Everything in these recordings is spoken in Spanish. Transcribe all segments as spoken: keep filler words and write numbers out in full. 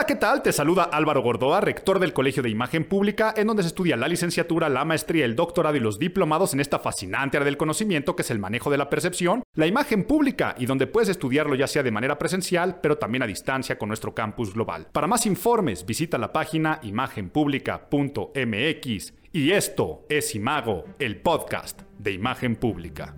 Hola, ¿qué tal? Te saluda Álvaro Gordoa, rector del Colegio de Imagen Pública, en donde se estudia la licenciatura, la maestría, el doctorado y los diplomados en esta fascinante área del conocimiento que es el manejo de la percepción, la imagen pública, y donde puedes estudiarlo ya sea de manera presencial, pero también a distancia con nuestro campus global. Para más informes, visita la página imagen pública punto m x. Y esto es Imago, el podcast de Imagen Pública.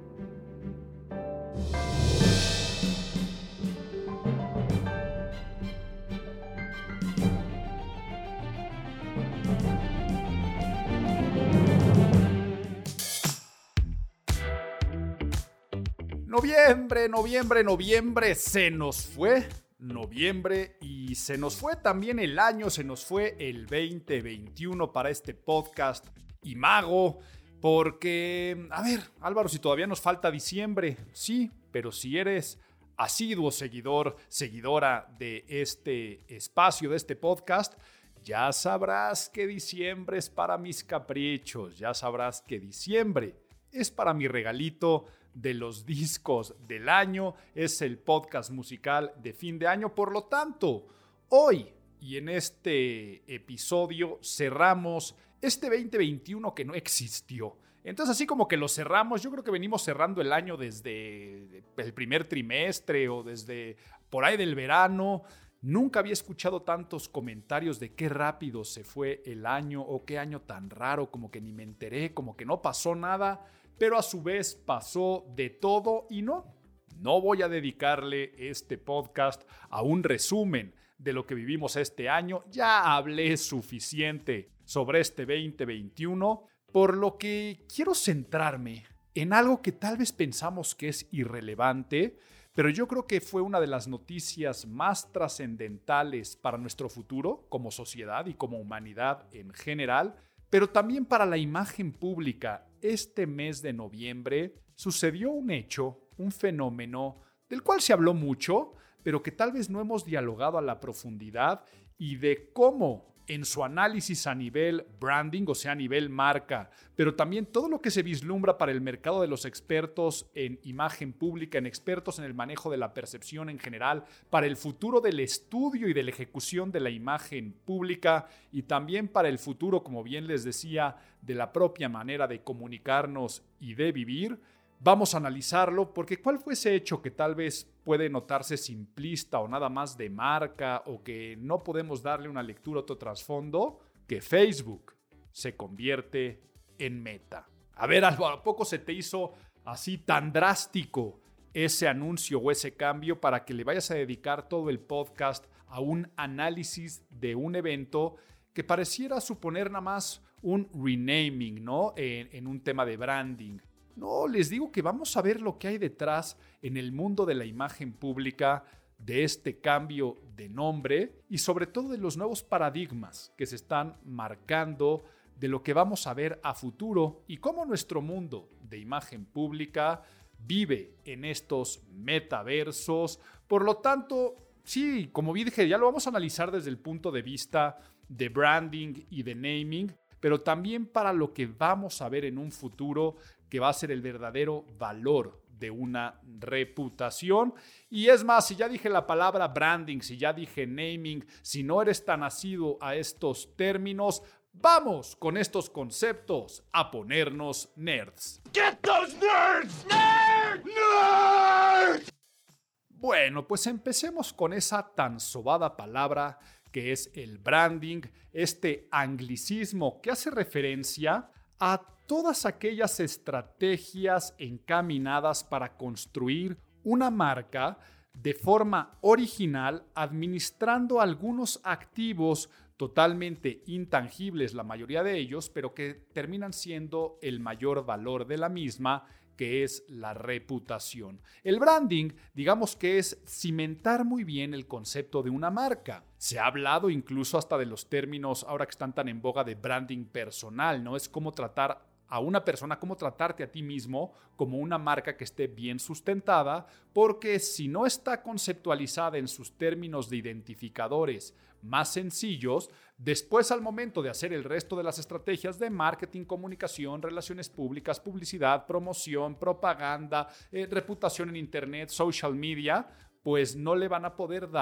Noviembre, noviembre, noviembre, se nos fue noviembre y se nos fue también el año, se nos fue el veinte veintiuno para este podcast Imago, porque, a ver, Álvaro, si todavía nos falta diciembre, sí, pero si eres asiduo seguidor, seguidora de este espacio, de este podcast, ya sabrás que diciembre es para mis caprichos, ya sabrás que diciembre es para mi regalito de los discos del año, es el podcast musical de fin de año. Por lo tanto, hoy y en este episodio cerramos este veinte veintiuno que no existió. Entonces, así como que lo cerramos, yo creo que venimos cerrando el año desde el primer trimestre o desde por ahí del verano. Nunca había escuchado tantos comentarios de qué rápido se fue el año o qué año tan raro, como que ni me enteré, como que no pasó nada. Pero a su vez pasó de todo y no, no voy a dedicarle este podcast a un resumen de lo que vivimos este año. Ya hablé suficiente sobre este veinte veintiuno, por lo que quiero centrarme en algo que tal vez pensamos que es irrelevante, pero yo creo que fue una de las noticias más trascendentales para nuestro futuro como sociedad y como humanidad en general, pero también para la imagen pública. Este mes de noviembre sucedió un hecho, un fenómeno del cual se habló mucho, pero que tal vez no hemos dialogado a la profundidad y de cómo en su análisis a nivel branding, o sea, a nivel marca, pero también todo lo que se vislumbra para el mercado de los expertos en imagen pública, en expertos en el manejo de la percepción en general, para el futuro del estudio y de la ejecución de la imagen pública y también para el futuro, como bien les decía, de la propia manera de comunicarnos y de vivir. Vamos a analizarlo porque ¿cuál fue ese hecho que tal vez puede notarse simplista o nada más de marca o que no podemos darle una lectura, otro trasfondo? Que Facebook se convierte en Meta. A ver, Álvaro, ¿a poco se te hizo así tan drástico ese anuncio o ese cambio para que le vayas a dedicar todo el podcast a un análisis de un evento que pareciera suponer nada más un renaming, ¿no? En, en un tema de branding. No, les digo que vamos a ver lo que hay detrás en el mundo de la imagen pública de este cambio de nombre y sobre todo de los nuevos paradigmas que se están marcando de lo que vamos a ver a futuro y cómo nuestro mundo de imagen pública vive en estos metaversos. Por lo tanto, sí, como bien dije, ya lo vamos a analizar desde el punto de vista de branding y de naming, pero también para lo que vamos a ver en un futuro que va a ser el verdadero valor de una reputación. Y es más, si ya dije la palabra branding, si ya dije naming, si no eres tan asiduo a estos términos, vamos con estos conceptos a ponernos nerds. Get those nerds! Nerds! Nerds! Bueno, pues empecemos con esa tan sobada palabra que es el branding, este anglicismo que hace referencia a todas aquellas estrategias encaminadas para construir una marca de forma original, administrando algunos activos totalmente intangibles, la mayoría de ellos, pero que terminan siendo el mayor valor de la misma, que es la reputación. El branding, digamos que es cimentar muy bien el concepto de una marca. Se ha hablado incluso hasta de los términos, ahora que están tan en boga, de branding personal, ¿no? Es cómo tratar a una persona, cómo tratarte a ti mismo como una marca que esté bien sustentada, porque si no está conceptualizada en sus términos de identificadores más sencillos, después al momento de hacer el resto de las estrategias de marketing, comunicación, relaciones públicas, publicidad, promoción, propaganda, eh, reputación en internet, social media, pues no le van a poder dar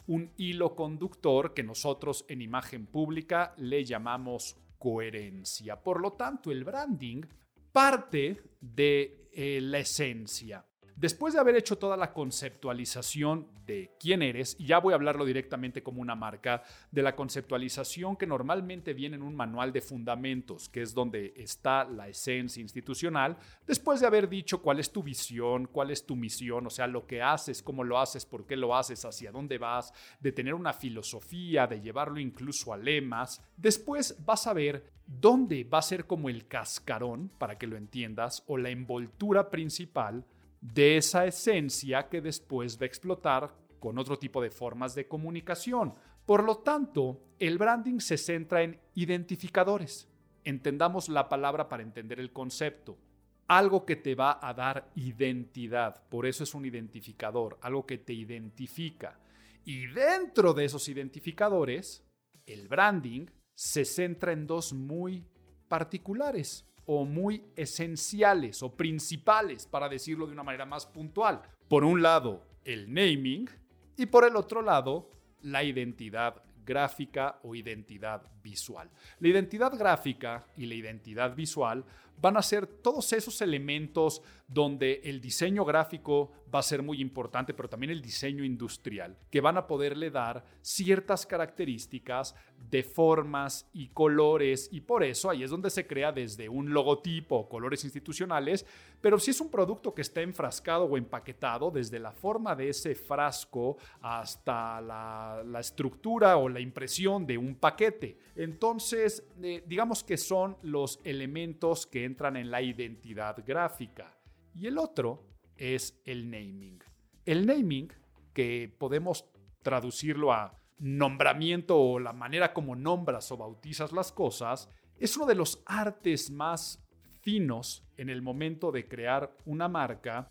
un hilo conductor que nosotros en imagen pública le llamamos coherencia. Por lo tanto, el branding parte de eh, la esencia. Después de haber hecho toda la conceptualización de quién eres, y ya voy a hablarlo directamente como una marca, de la conceptualización que normalmente viene en un manual de fundamentos, que es donde está la esencia institucional, después de haber dicho cuál es tu visión, cuál es tu misión, o sea, lo que haces, cómo lo haces, por qué lo haces, hacia dónde vas, de tener una filosofía, de llevarlo incluso a lemas, después vas a ver dónde va a ser como el cascarón, para que lo entiendas, o la envoltura principal de esa esencia que después va a explotar con otro tipo de formas de comunicación. Por lo tanto, el branding se centra en identificadores. Entendamos la palabra para entender el concepto. Algo que te va a dar identidad, por eso es un identificador, algo que te identifica. Y dentro de esos identificadores, el branding se centra en dos muy particulares, o muy esenciales o principales, para decirlo de una manera más puntual. Por un lado, el naming, y por el otro lado, la identidad gráfica o identidad visual. La identidad gráfica y la identidad visual van a ser todos esos elementos donde el diseño gráfico va a ser muy importante, pero también el diseño industrial, que van a poderle dar ciertas características de formas y colores, y por eso ahí es donde se crea desde un logotipo o colores institucionales, pero si es un producto que está enfrascado o empaquetado, desde la forma de ese frasco hasta la, la estructura o la impresión de un paquete. Entonces, eh, digamos que son los elementos que entran en la identidad gráfica. Y el otro es el naming. El naming, que podemos traducirlo a nombramiento o la manera como nombras o bautizas las cosas, es uno de los artes más finos en el momento de crear una marca,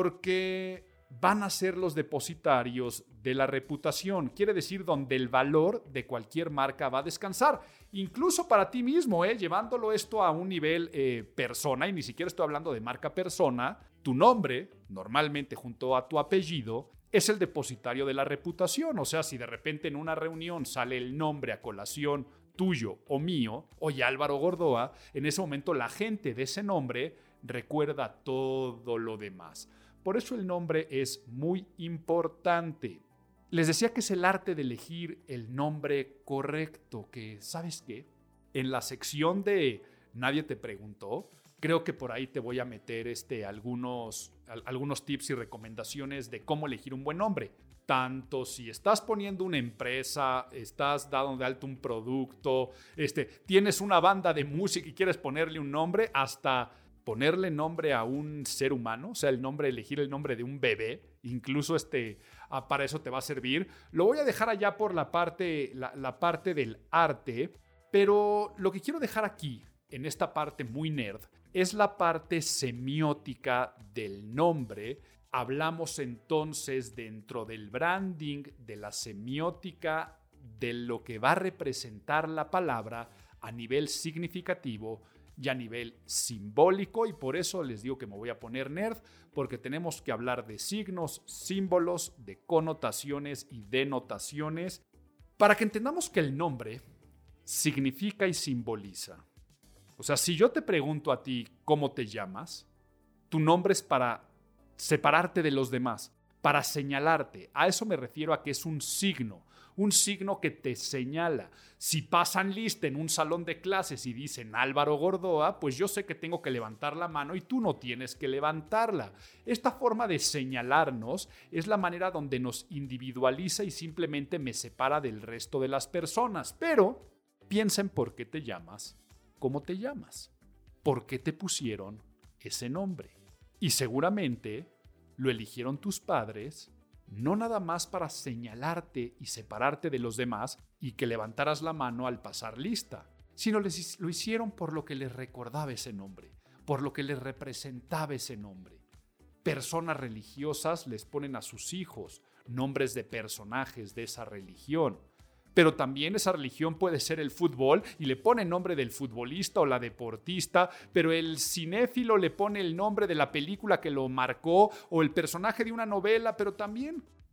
porque van a ser los depositarios de la reputación. Quiere decir donde el valor de cualquier marca va a descansar. Incluso para ti mismo, ¿eh? Llevándolo esto a un nivel eh, persona, y ni siquiera estoy hablando de marca persona, tu nombre, normalmente junto a tu apellido, es el depositario de la reputación. O sea, si de repente en una reunión sale el nombre a colación tuyo o mío, oye, Álvaro Gordoa, en ese momento la gente de ese nombre recuerda todo lo demás. Por eso el nombre es muy importante. Les decía que es el arte de elegir el nombre correcto, que, ¿sabes qué? En la sección de Nadie te preguntó, creo que por ahí te voy a meter este, algunos, algunos tips y recomendaciones de cómo elegir un buen nombre. Tanto si estás poniendo una empresa, estás dando de alto un producto, este, tienes una banda de música y quieres ponerle un nombre, hasta ponerle nombre a un ser humano, o sea, el nombre, elegir el nombre de un bebé, incluso este, ah, para eso te va a servir. Lo voy a dejar allá por la parte, la, la parte del arte, pero lo que quiero dejar aquí, en esta parte muy nerd, es la parte semiótica del nombre. Hablamos entonces dentro del branding, de la semiótica, de lo que va a representar la palabra a nivel significativo y a nivel simbólico, y por eso les digo que me voy a poner nerd, porque tenemos que hablar de signos, símbolos, de connotaciones y denotaciones, para que entendamos que el nombre significa y simboliza. O sea, si yo te pregunto a ti cómo te llamas, tu nombre es para separarte de los demás, para señalarte. A eso me refiero, a que es un signo. Un signo que te señala. Si pasan lista en un salón de clases y dicen Álvaro Gordoa, pues yo sé que tengo que levantar la mano y tú no tienes que levantarla. Esta forma de señalarnos es la manera donde nos individualiza y simplemente me separa del resto de las personas. Pero piensa en por qué te llamas, cómo te llamas, por qué te pusieron ese nombre. Y seguramente lo eligieron tus padres, no nada más para señalarte y separarte de los demás y que levantaras la mano al pasar lista, sino les, lo hicieron por lo que les recordaba ese nombre, por lo que les representaba ese nombre. Personas religiosas les ponen a sus hijos nombres de personajes de esa religión, pero también esa religión puede ser el fútbol y le pone el nombre del futbolista o la deportista, pero el cinéfilo le pone el nombre de la película que lo marcó o el personaje de una novela, pero también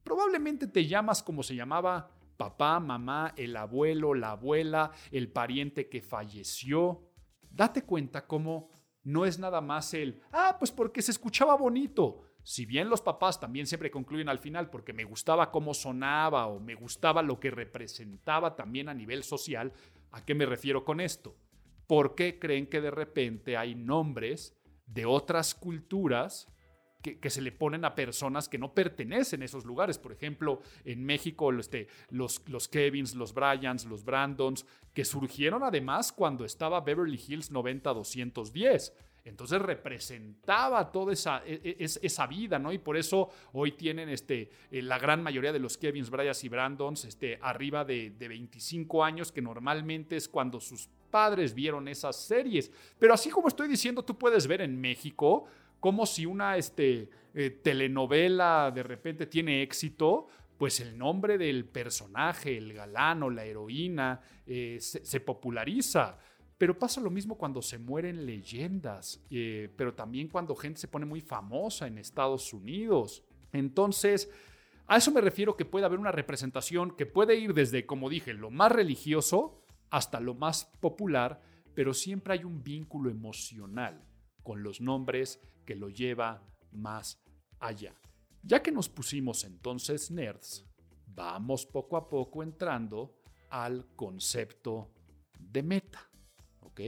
probablemente te llamas como se llamaba papá, mamá, el abuelo, la abuela, el pariente que falleció. Date cuenta cómo no es nada más el, ah, pues porque se escuchaba bonito. Si bien los papás también siempre concluyen al final porque me gustaba cómo sonaba o me gustaba lo que representaba también a nivel social, ¿a qué me refiero con esto? ¿Por qué creen que de repente hay nombres de otras culturas que, que se le ponen a personas que no pertenecen a esos lugares? Por ejemplo, en México este, los, los Kevins, los Bryans, los Brandons, que surgieron además cuando estaba Beverly Hills noventa doscientos diez. Entonces representaba toda esa, esa vida, ¿no? Y por eso hoy tienen este, la gran mayoría de los Kevins, Bryans y Brandons este, arriba de, de veinticinco años, que normalmente es cuando sus padres vieron esas series. Pero así como estoy diciendo, tú puedes ver en México como si una este, eh, telenovela de repente tiene éxito, pues el nombre del personaje, el galán o la heroína, eh, se, se populariza. Pero pasa lo mismo cuando se mueren leyendas, eh, pero también cuando gente se pone muy famosa en Estados Unidos. Entonces, a eso me refiero, que puede haber una representación que puede ir desde, como dije, lo más religioso hasta lo más popular, pero siempre hay un vínculo emocional con los nombres que lo lleva más allá. Ya que nos pusimos entonces nerds, vamos poco a poco entrando al concepto de meta. ¿Ok?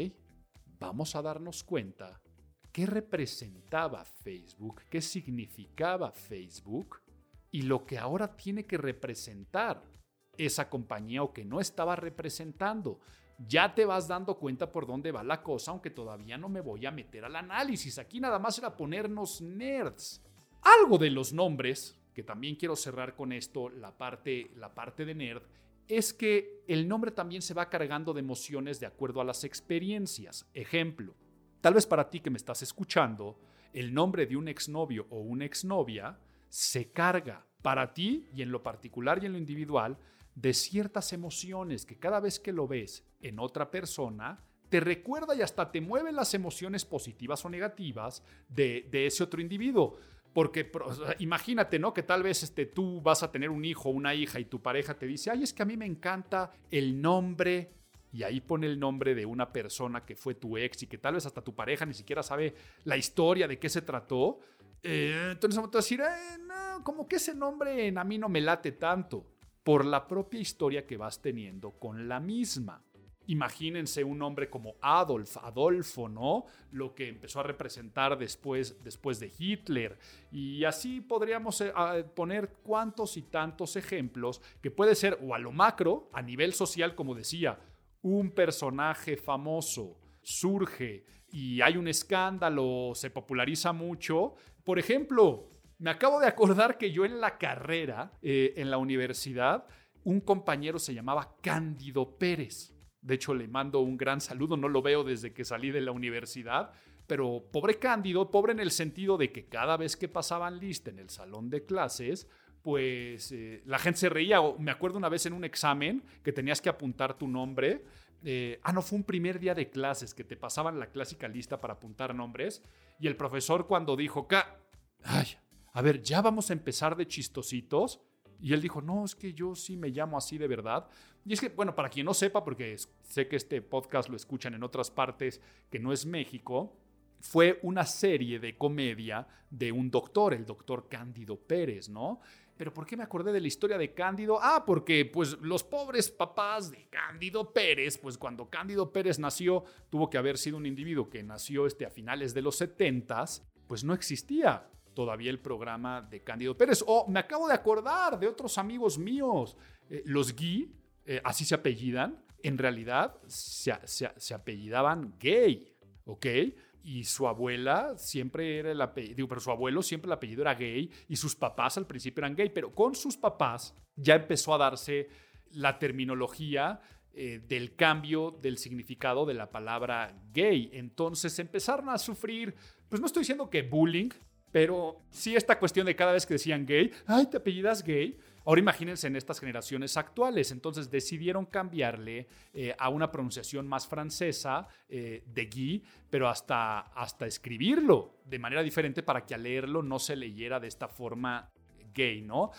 Vamos a darnos cuenta qué representaba Facebook, qué significaba Facebook y lo que ahora tiene que representar esa compañía o que no estaba representando. Ya te vas dando cuenta por dónde va la cosa, aunque todavía no me voy a meter al análisis. Aquí nada más era ponernos nerds. Algo de los nombres, que también quiero cerrar con esto, la parte, la parte de nerd, es que el nombre también se va cargando de emociones de acuerdo a las experiencias. Ejemplo, tal vez para ti que me estás escuchando, el nombre de un exnovio o una exnovia se carga para ti y en lo particular y en lo individual de ciertas emociones que cada vez que lo ves en otra persona te recuerda y hasta te mueve las emociones positivas o negativas de, de ese otro individuo. Porque o sea, imagínate, ¿no? Que tal vez este, tú vas a tener un hijo o una hija y tu pareja te dice, ay, es que a mí me encanta el nombre, y ahí pone el nombre de una persona que fue tu ex y que tal vez hasta tu pareja ni siquiera sabe la historia de qué se trató. Eh, entonces vamos a decir, eh, no, como que ese nombre a mí no me late tanto, por la propia historia que vas teniendo con la misma. Imagínense un nombre como Adolf, Adolfo, ¿no? Lo que empezó a representar después, después de Hitler. Y así podríamos eh, poner cuantos y tantos ejemplos que puede ser o a lo macro, a nivel social, como decía, un personaje famoso surge y hay un escándalo, se populariza mucho. Por ejemplo, me acabo de acordar que yo en la carrera, eh, en la universidad, un compañero se llamaba Cándido Pérez. De hecho, le mando un gran saludo, no lo veo desde que salí de la universidad, pero pobre Cándido, pobre en el sentido de que cada vez que pasaban lista en el salón de clases, pues eh, la gente se reía. O me acuerdo una vez en un examen que tenías que apuntar tu nombre. Eh, ah, no, fue un primer día de clases que te pasaban la clásica lista para apuntar nombres. Y el profesor cuando dijo, ay, a ver, ya vamos a empezar de chistositos. Y él dijo, no, es que yo sí me llamo así de verdad. Y es que, bueno, para quien no sepa, porque sé que este podcast lo escuchan en otras partes que no es México, fue una serie de comedia de un doctor, el doctor Cándido Pérez, ¿no? ¿Pero por qué me acordé de la historia de Cándido? Ah, porque pues los pobres papás de Cándido Pérez, pues cuando Cándido Pérez nació, tuvo que haber sido un individuo que nació este, a finales de los setentas, pues no existía todavía el programa de Cándido Pérez. O oh, me acabo de acordar de otros amigos míos, eh, los Gui, eh, así se apellidan, en realidad se, se, se apellidaban Gay, ¿ok? Y su abuela siempre era el apellido, digo, pero su abuelo siempre el apellido era Gay y sus papás al principio eran gay, pero con sus papás ya empezó a darse la terminología eh, del cambio del significado de la palabra gay. Entonces empezaron a sufrir, pues no estoy diciendo que bullying, pero sí esta cuestión de cada vez que decían gay, ay, te apellidas Gay. Ahora imagínense en estas generaciones actuales. Entonces decidieron cambiarle eh, a una pronunciación más francesa eh, de Guy, pero hasta, hasta escribirlo de manera diferente para que al leerlo no se leyera de esta forma gay, ¿no?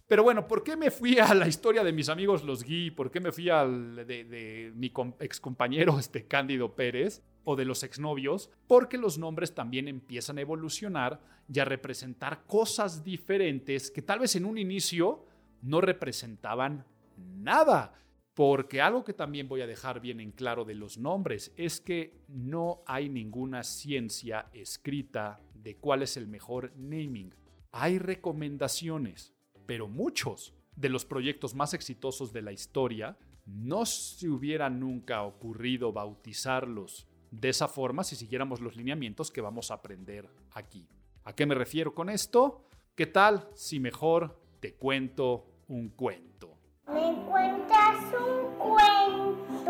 Pero bueno, ¿por qué me fui a la historia de mis amigos los Gui? ¿Por qué me fui al de, de mi excompañero este Cándido Pérez? O de los exnovios, porque los nombres también empiezan a evolucionar y a representar cosas diferentes que tal vez en un inicio no representaban nada. Porque algo que también voy a dejar bien en claro de los nombres es que no hay ninguna ciencia escrita de cuál es el mejor naming. Hay recomendaciones, pero muchos de los proyectos más exitosos de la historia no se hubiera nunca ocurrido bautizarlos de esa forma si siguiéramos los lineamientos que vamos a aprender aquí. ¿A qué me refiero con esto? ¿Qué tal si mejor te cuento un cuento? ¿Me cuentas un cuento?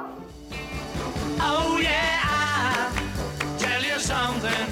Oh yeah, I'll tell you something.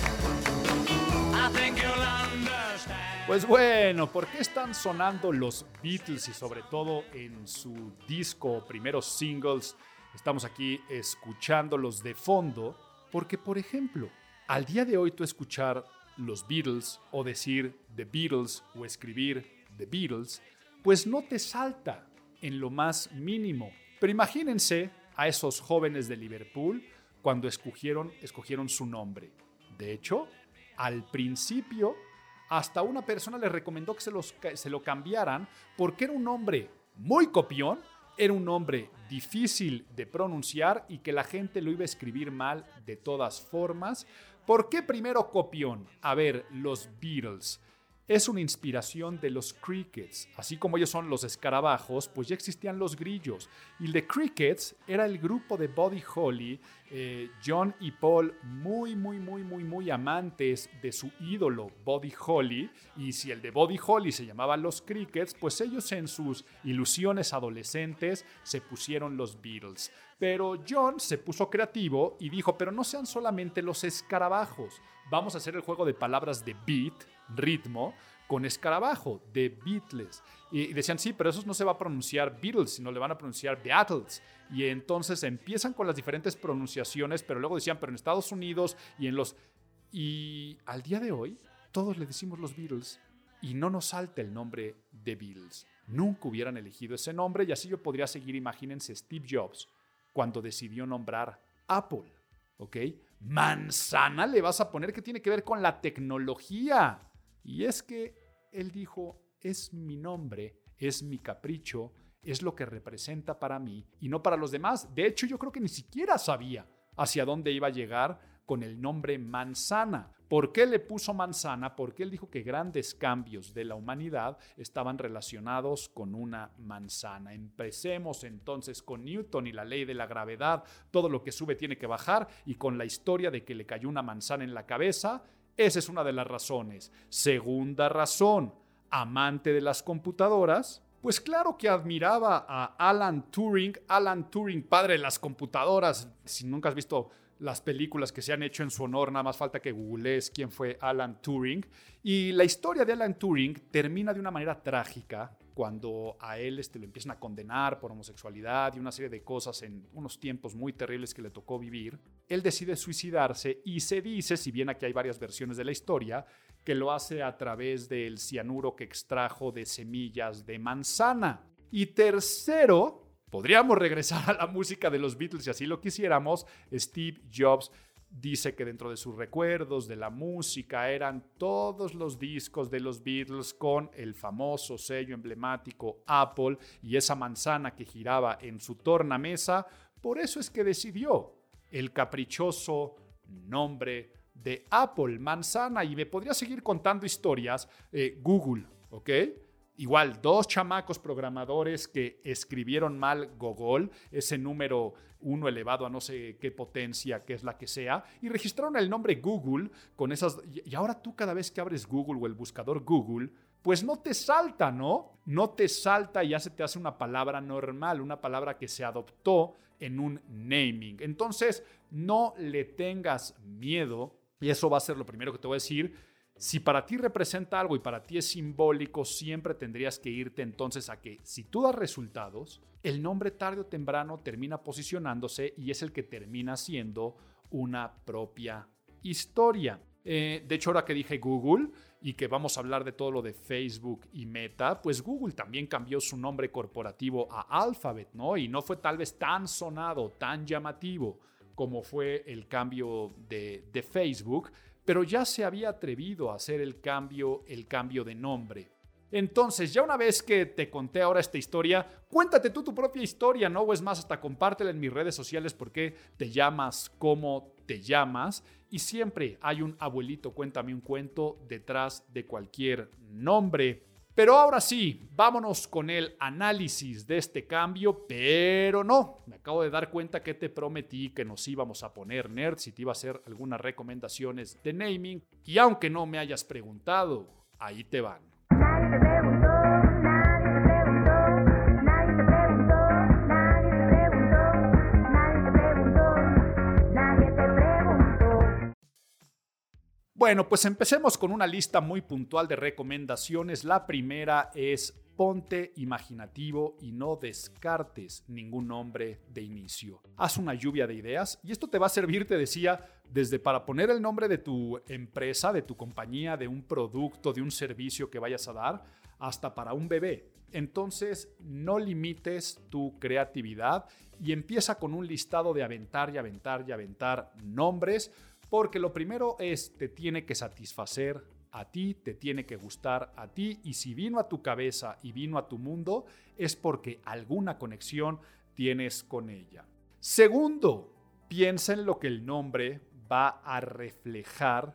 I think you'll understand. Pues bueno, ¿por qué están sonando los Beatles y sobre todo en su disco, primeros singles? Estamos aquí escuchándolos de fondo porque, por ejemplo, al día de hoy tú escuchar los Beatles o decir The Beatles o escribir The Beatles, pues no te salta en lo más mínimo. Pero imagínense a esos jóvenes de Liverpool cuando escogieron, escogieron su nombre. De hecho, al principio, hasta una persona les recomendó que se, los, se lo cambiaran porque era un nombre muy copión. Era un nombre difícil de pronunciar y que la gente lo iba a escribir mal de todas formas. ¿Por qué primero copión? A ver, los Beatles. Es una inspiración de los Crickets. Así como ellos son los escarabajos, pues ya existían los grillos. Y The Crickets era el grupo de Buddy Holly, eh, John y Paul, muy, muy, muy, muy, muy amantes de su ídolo Buddy Holly. Y si el de Buddy Holly se llamaba los Crickets, pues ellos en sus ilusiones adolescentes se pusieron los Beatles. Pero John se puso creativo y dijo, pero no sean solamente los escarabajos. Vamos a hacer el juego de palabras de beat, ritmo, con escarabajo, de Beatles. Y decían, sí, pero eso no se va a pronunciar Beatles, sino le van a pronunciar Beatles. Y entonces empiezan con las diferentes pronunciaciones, pero luego decían, pero en Estados Unidos y en los... Y al día de hoy, todos le decimos los Beatles y no nos salta el nombre de Beatles. Nunca hubieran elegido ese nombre y así yo podría seguir, imagínense, Steve Jobs, cuando decidió nombrar Apple, ¿ok? Manzana le vas a poner que tiene que ver con la tecnología. Y es que él dijo, es mi nombre, es mi capricho, es lo que representa para mí y no para los demás. De hecho, yo creo que ni siquiera sabía hacia dónde iba a llegar con el nombre Manzana. ¿Por qué le puso Manzana? Porque él dijo que grandes cambios de la humanidad estaban relacionados con una manzana. Empecemos entonces con Newton y la ley de la gravedad. Todo lo que sube tiene que bajar y con la historia de que le cayó una manzana en la cabeza. Esa es una de las razones. Segunda razón, amante de las computadoras. Pues claro que admiraba a Alan Turing. Alan Turing, padre de las computadoras. Si nunca has visto las películas que se han hecho en su honor, nada más falta que googlees quién fue Alan Turing. Y la historia de Alan Turing termina de una manera trágica cuando a él este, lo empiezan a condenar por homosexualidad y una serie de cosas en unos tiempos muy terribles que le tocó vivir. Él decide suicidarse y se dice, si bien aquí hay varias versiones de la historia, que lo hace a través del cianuro que extrajo de semillas de manzana. Y tercero, podríamos regresar a la música de los Beatles si así lo quisiéramos. Steve Jobs dice que dentro de sus recuerdos de la música eran todos los discos de los Beatles con el famoso sello emblemático Apple y esa manzana que giraba en su tornamesa. Por eso es que decidió el caprichoso nombre de Apple, manzana. Y me podría seguir contando historias. Eh, Google, ¿ok? Igual, dos chamacos programadores que escribieron mal Gogol, ese número uno elevado a no sé qué potencia, que es la que sea, y registraron el nombre Google con esas... Y ahora tú cada vez que abres Google o el buscador Google, pues no te salta, ¿no? No te salta y ya se te hace una palabra normal, una palabra que se adoptó en un naming. Entonces, no le tengas miedo, y eso va a ser lo primero que te voy a decir. Si para ti representa algo y para ti es simbólico, siempre tendrías que irte entonces a que si tú das resultados, el nombre tarde o temprano termina posicionándose y es el que termina siendo una propia historia. Eh, de hecho, ahora que dije Google y que vamos a hablar de todo lo de Facebook y Meta, pues Google también cambió su nombre corporativo a Alphabet, ¿no? Y no fue tal vez tan sonado, tan llamativo como fue el cambio de, de Facebook, pero ya se había atrevido a hacer el cambio, el cambio de nombre. Entonces, ya una vez que te conté ahora esta historia, cuéntate tú tu propia historia, ¿no? O es más, hasta compártela en mis redes sociales porque te llamas como te llamas. Y siempre hay un abuelito, cuéntame un cuento detrás de cualquier nombre. Pero ahora sí, vámonos con el análisis de este cambio, pero no, me acabo de dar cuenta que te prometí que nos íbamos a poner nerds y te iba a hacer algunas recomendaciones de naming. Y aunque no me hayas preguntado, ahí te van. Nadie te preguntó, nadie te preguntó, nadie te preguntó, nadie te preguntó, nadie te preguntó, nadie te preguntó. Bueno, pues empecemos con una lista muy puntual de recomendaciones. La primera es: ponte imaginativo y no descartes ningún nombre de inicio. Haz una lluvia de ideas y esto te va a servir, te decía, desde para poner el nombre de tu empresa, de tu compañía, de un producto, de un servicio que vayas a dar, hasta para un bebé. Entonces, no limites tu creatividad y empieza con un listado de aventar y aventar y aventar nombres, porque lo primero es, te tiene que satisfacer a ti, te tiene que gustar a ti, y si vino a tu cabeza y vino a tu mundo, es porque alguna conexión tienes con ella. Segundo, piensa en lo que el nombre va a reflejar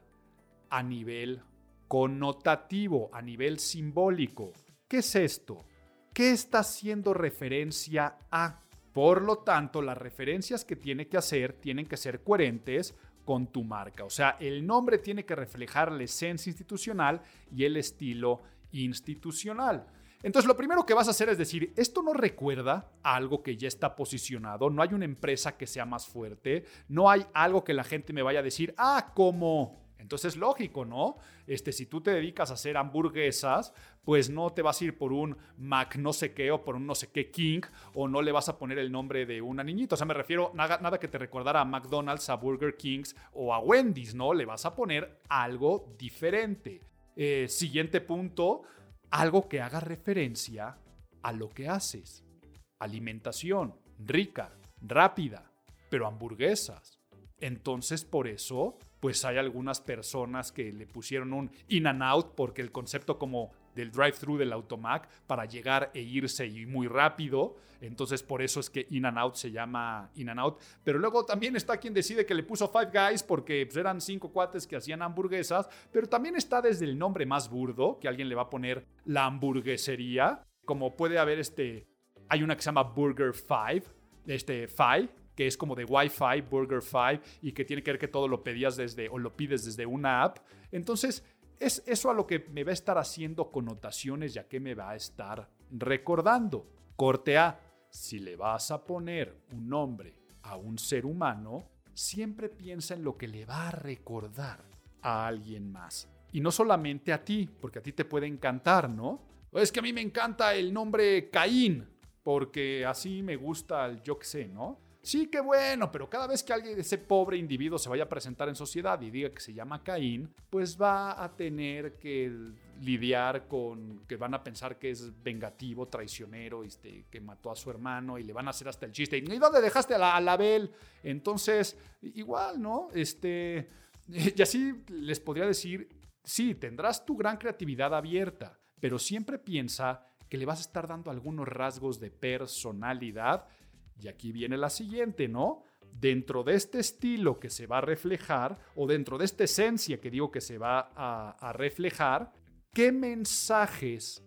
a nivel connotativo, a nivel simbólico. ¿Qué es esto? ¿Qué está haciendo referencia a? Por lo tanto, las referencias que tiene que hacer tienen que ser coherentes con tu marca. O sea, el nombre tiene que reflejar la esencia institucional y el estilo institucional. Entonces, lo primero que vas a hacer es decir, esto no recuerda a algo que ya está posicionado, no hay una empresa que sea más fuerte, no hay algo que la gente me vaya a decir, ah, como... Entonces, lógico, ¿no? Este, si tú te dedicas a hacer hamburguesas, pues no te vas a ir por un Mac no sé qué o por un no sé qué King, o no le vas a poner el nombre de una niñita. O sea, me refiero nada, nada que te recordara a McDonald's, a Burger Kings o a Wendy's, ¿no? Le vas a poner algo diferente. Eh, siguiente punto, algo que haga referencia a lo que haces. Alimentación rica, rápida, pero hamburguesas. Entonces, por eso, pues hay algunas personas que le pusieron un in and out, porque el concepto como del drive-thru del Automac para llegar e irse y muy rápido. Entonces, por eso es que in and out se llama in and out. Pero luego también está quien decide que le puso Five Guys porque pues, eran cinco cuates que hacían hamburguesas. Pero también está desde el nombre más burdo, que alguien le va a poner la hamburguesería. Como puede haber este... Hay una que se llama Burger Five, este Five, que es como de Wi-Fi, Burger Five, y que tiene que ver que todo lo pedías desde, o lo pides desde una app. Entonces, es eso a lo que me va a estar haciendo connotaciones, ya que me va a estar recordando. Corte A, si le vas a poner un nombre a un ser humano, siempre piensa en lo que le va a recordar a alguien más. Y no solamente a ti, porque a ti te puede encantar, ¿no? Es que a mí me encanta el nombre Caín, porque así me gusta el yo qué sé, ¿no? Sí, qué bueno, pero cada vez que alguien, ese pobre individuo, se vaya a presentar en sociedad y diga que se llama Caín, pues va a tener que lidiar con que van a pensar que es vengativo, traicionero, este, que mató a su hermano, y le van a hacer hasta el chiste. ¿Y dónde dejaste a la, a la Abel? Entonces, igual, ¿no? Este, y así les podría decir, sí, tendrás tu gran creatividad abierta, pero siempre piensa que le vas a estar dando algunos rasgos de personalidad. Y aquí viene la siguiente, ¿no? Dentro de este estilo que se va a reflejar, o dentro de esta esencia que digo que se va a, a reflejar, ¿qué mensajes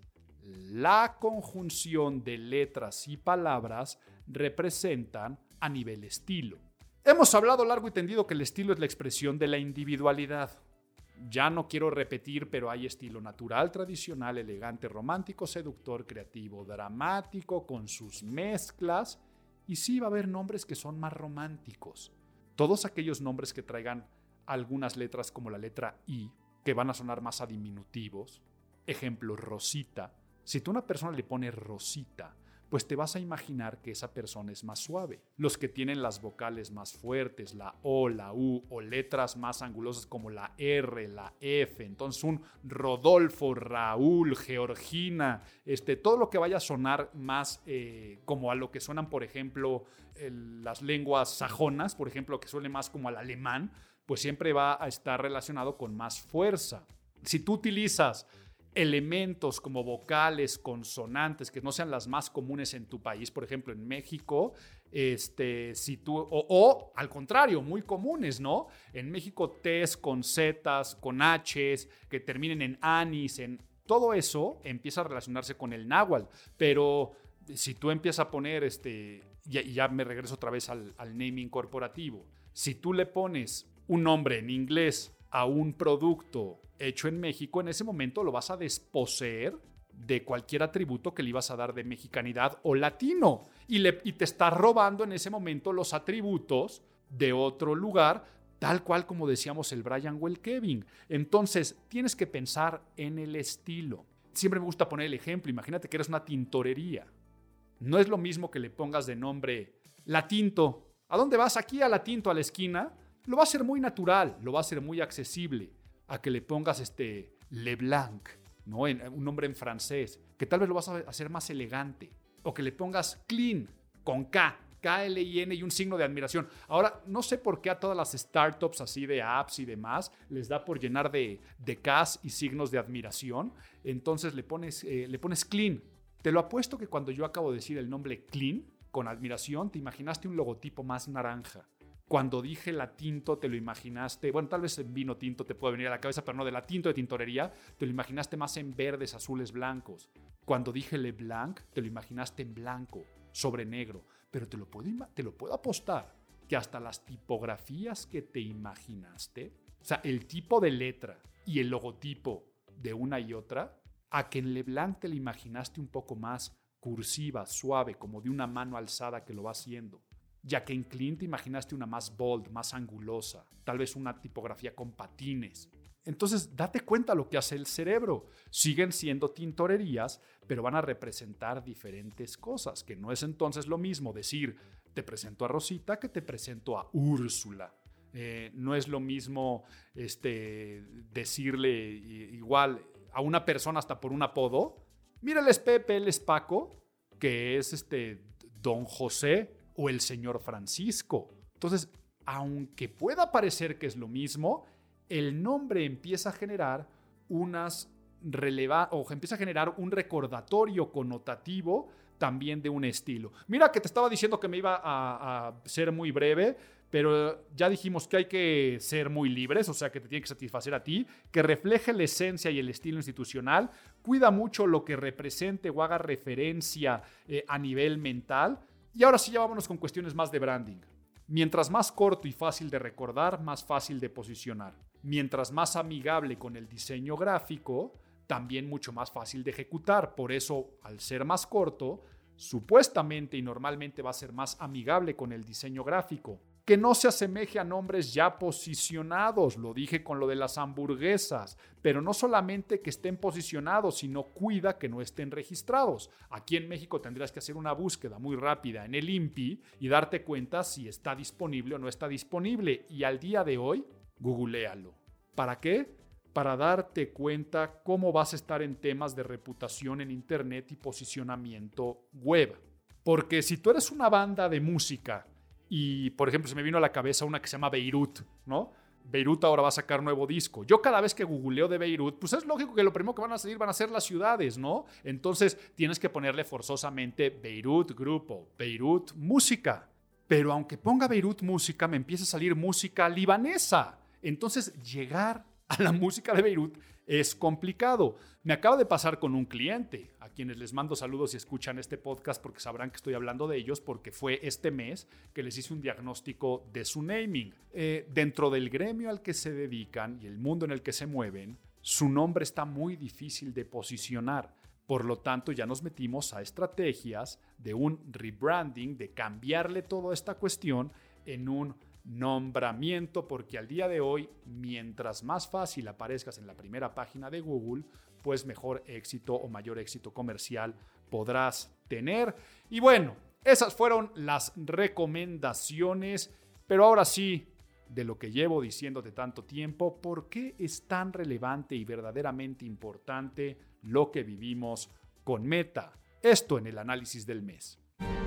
la conjunción de letras y palabras representan a nivel estilo? Hemos hablado largo y tendido que el estilo es la expresión de la individualidad. Ya no quiero repetir, pero hay estilo natural, tradicional, elegante, romántico, seductor, creativo, dramático, con sus mezclas. Y sí va a haber nombres que son más románticos. Todos aquellos nombres que traigan algunas letras como la letra I, que van a sonar más a diminutivos. Ejemplo, Rosita. Si tú a una persona le pones Rosita, pues te vas a imaginar que esa persona es más suave. Los que tienen las vocales más fuertes, la O, la U, o letras más angulosas como la R, la F, entonces un Rodolfo, Raúl, Georgina, este, todo lo que vaya a sonar más eh, como a lo que suenan, por ejemplo, el, las lenguas sajonas, por ejemplo, que suene más como al alemán, pues siempre va a estar relacionado con más fuerza. Si tú utilizas elementos como vocales, consonantes, que no sean las más comunes en tu país, por ejemplo, en México, este, si tú, o, o al contrario, muy comunes, ¿no? En México, T's con Z's, con H's, que terminen en anis, en todo eso empieza a relacionarse con el náhuatl, pero si tú empiezas a poner, este, y, y ya me regreso otra vez al, al naming corporativo, si tú le pones un nombre en inglés a un producto hecho en México, en ese momento lo vas a desposeer de cualquier atributo que le ibas a dar de mexicanidad o latino. Y, le, y te estás robando en ese momento los atributos de otro lugar, tal cual como decíamos el Brian o el Kevin. Entonces, tienes que pensar en el estilo. Siempre me gusta poner el ejemplo. Imagínate que eres una tintorería. No es lo mismo que le pongas de nombre La Tinto. ¿A dónde vas? Aquí a La Tinto, a la esquina. Lo va a hacer muy natural, lo va a hacer muy accesible. A que le pongas este Leblanc, ¿no? En, un nombre en francés, que tal vez lo vas a hacer más elegante. O que le pongas Clean, con K, K L I N y un signo de admiración. Ahora, no sé por qué a todas las startups así de apps y demás les da por llenar de, de Ks y signos de admiración. Entonces le pones, eh, le pones Clean. Te lo apuesto que cuando yo acabo de decir el nombre Clean, con admiración, te imaginaste un logotipo más naranja. Cuando dije La Tinto, te lo imaginaste, bueno, tal vez en vino tinto te puede venir a la cabeza, pero no de La Tinto de tintorería, te lo imaginaste más en verdes, azules, blancos. Cuando dije Leblanc, te lo imaginaste en blanco, sobre negro. Pero te lo puedo, te lo puedo apostar que hasta las tipografías que te imaginaste, o sea, el tipo de letra y el logotipo de una y otra, a que en Leblanc te lo imaginaste un poco más cursiva, suave, como de una mano alzada que lo va haciendo. Ya que en Clean te imaginaste una más bold, más angulosa, tal vez una tipografía con patines. Entonces, date cuenta lo que hace el cerebro. Siguen siendo tintorerías, pero van a representar diferentes cosas, que no es entonces lo mismo decir, te presento a Rosita que te presento a Úrsula. Eh, no es lo mismo este, decirle igual a una persona hasta por un apodo, mira, él es Pepe, él es Paco, que es este Don José, o el señor Francisco. Entonces, aunque pueda parecer que es lo mismo, el nombre empieza a generar unas releva- o empieza a generar un recordatorio connotativo también de un estilo. Mira que te estaba diciendo que me iba a, a ser muy breve, pero ya dijimos que hay que ser muy libres, o sea que te tiene que satisfacer a ti, que refleje la esencia y el estilo institucional, cuida mucho lo que represente o haga referencia eh, a nivel mental. Y ahora sí, ya vámonos con cuestiones más de branding. Mientras más corto y fácil de recordar, más fácil de posicionar. Mientras más amigable con el diseño gráfico, también mucho más fácil de ejecutar. Por eso, al ser más corto, supuestamente y normalmente va a ser más amigable con el diseño gráfico. Que no se asemeje a nombres ya posicionados, lo dije con lo de las hamburguesas, pero no solamente que estén posicionados, sino cuida que no estén registrados. Aquí en México tendrás que hacer una búsqueda muy rápida en el I N P I y darte cuenta si está disponible o no está disponible. Y al día de hoy, googlealo. ¿Para qué? Para darte cuenta cómo vas a estar en temas de reputación en internet y posicionamiento web. Porque si tú eres una banda de música, y, por ejemplo, se me vino a la cabeza una que se llama Beirut, ¿no? Beirut ahora va a sacar nuevo disco. Yo cada vez que googleo de Beirut, pues es lógico que lo primero que van a salir van a ser las ciudades, ¿no? Entonces tienes que ponerle forzosamente Beirut Grupo, Beirut Música. Pero aunque ponga Beirut Música, me empieza a salir música libanesa. Entonces llegar a la música de Beirut es complicado. Me acaba de pasar con un cliente, a quienes les mando saludos si escuchan este podcast porque sabrán que estoy hablando de ellos, porque fue este mes que les hice un diagnóstico de su naming. Eh, dentro del gremio al que se dedican y el mundo en el que se mueven, su nombre está muy difícil de posicionar. Por lo tanto, ya nos metimos a estrategias de un rebranding, de cambiarle toda esta cuestión en un nombramiento, porque al día de hoy, mientras más fácil aparezcas en la primera página de Google, pues mejor éxito o mayor éxito comercial podrás tener. Y bueno, esas fueron las recomendaciones, pero ahora sí, de lo que llevo diciéndote tanto tiempo, ¿por qué es tan relevante y verdaderamente importante lo que vivimos con Meta? Esto en el análisis del mes.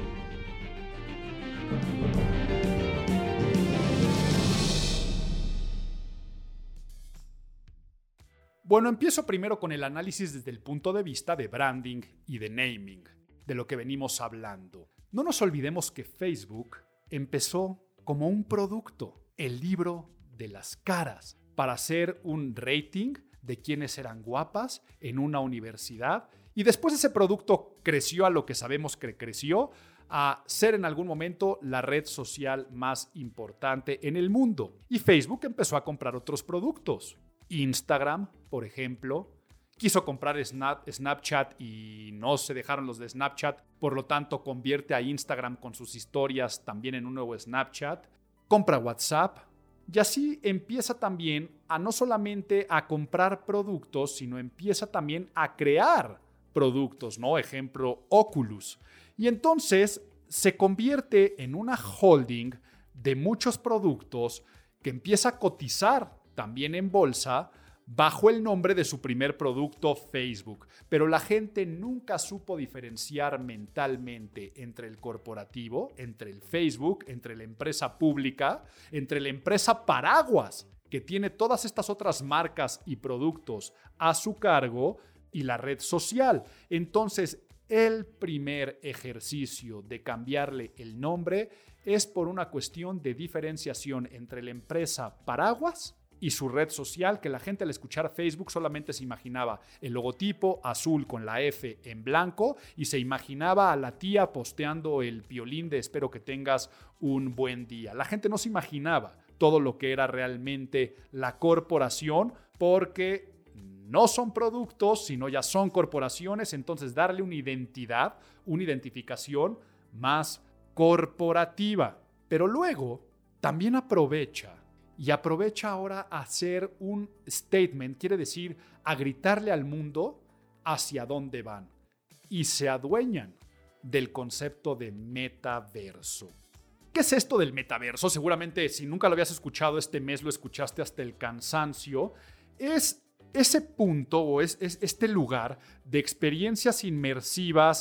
Bueno, empiezo primero con el análisis desde el punto de vista de branding y de naming, de lo que venimos hablando. No nos olvidemos que Facebook empezó como un producto, el libro de las caras, para hacer un rating de quiénes eran guapas en una universidad, y después ese producto creció a lo que sabemos que creció, a ser en algún momento la red social más importante en el mundo. Y Facebook empezó a comprar otros productos. Instagram, por ejemplo, quiso comprar Snap, Snapchat y no se dejaron los de Snapchat, por lo tanto convierte a Instagram con sus historias también en un nuevo Snapchat. Compra WhatsApp y así empieza también a no solamente a comprar productos, sino empieza también a crear productos, ¿no? Ejemplo, Oculus. Y entonces se convierte en una holding de muchos productos que empieza a cotizar también en bolsa, bajo el nombre de su primer producto, Facebook. Pero la gente nunca supo diferenciar mentalmente entre el corporativo, entre el Facebook, entre la empresa pública, entre la empresa paraguas, que tiene todas estas otras marcas y productos a su cargo, y la red social. Entonces, el primer ejercicio de cambiarle el nombre es por una cuestión de diferenciación entre la empresa paraguas y su red social, que la gente al escuchar Facebook solamente se imaginaba el logotipo azul con la F en blanco y se imaginaba a la tía posteando el violín de espero que tengas un buen día. La gente no se imaginaba todo lo que era realmente la corporación, porque no son productos, sino ya son corporaciones. Entonces darle una identidad, una identificación más corporativa. Pero luego también aprovecha Y aprovecha ahora a hacer un statement, quiere decir a gritarle al mundo hacia dónde van. Y se adueñan del concepto de metaverso. ¿Qué es esto del metaverso? Seguramente si nunca lo habías escuchado este mes lo escuchaste hasta el cansancio. Es ese punto o es, es este lugar de experiencias inmersivas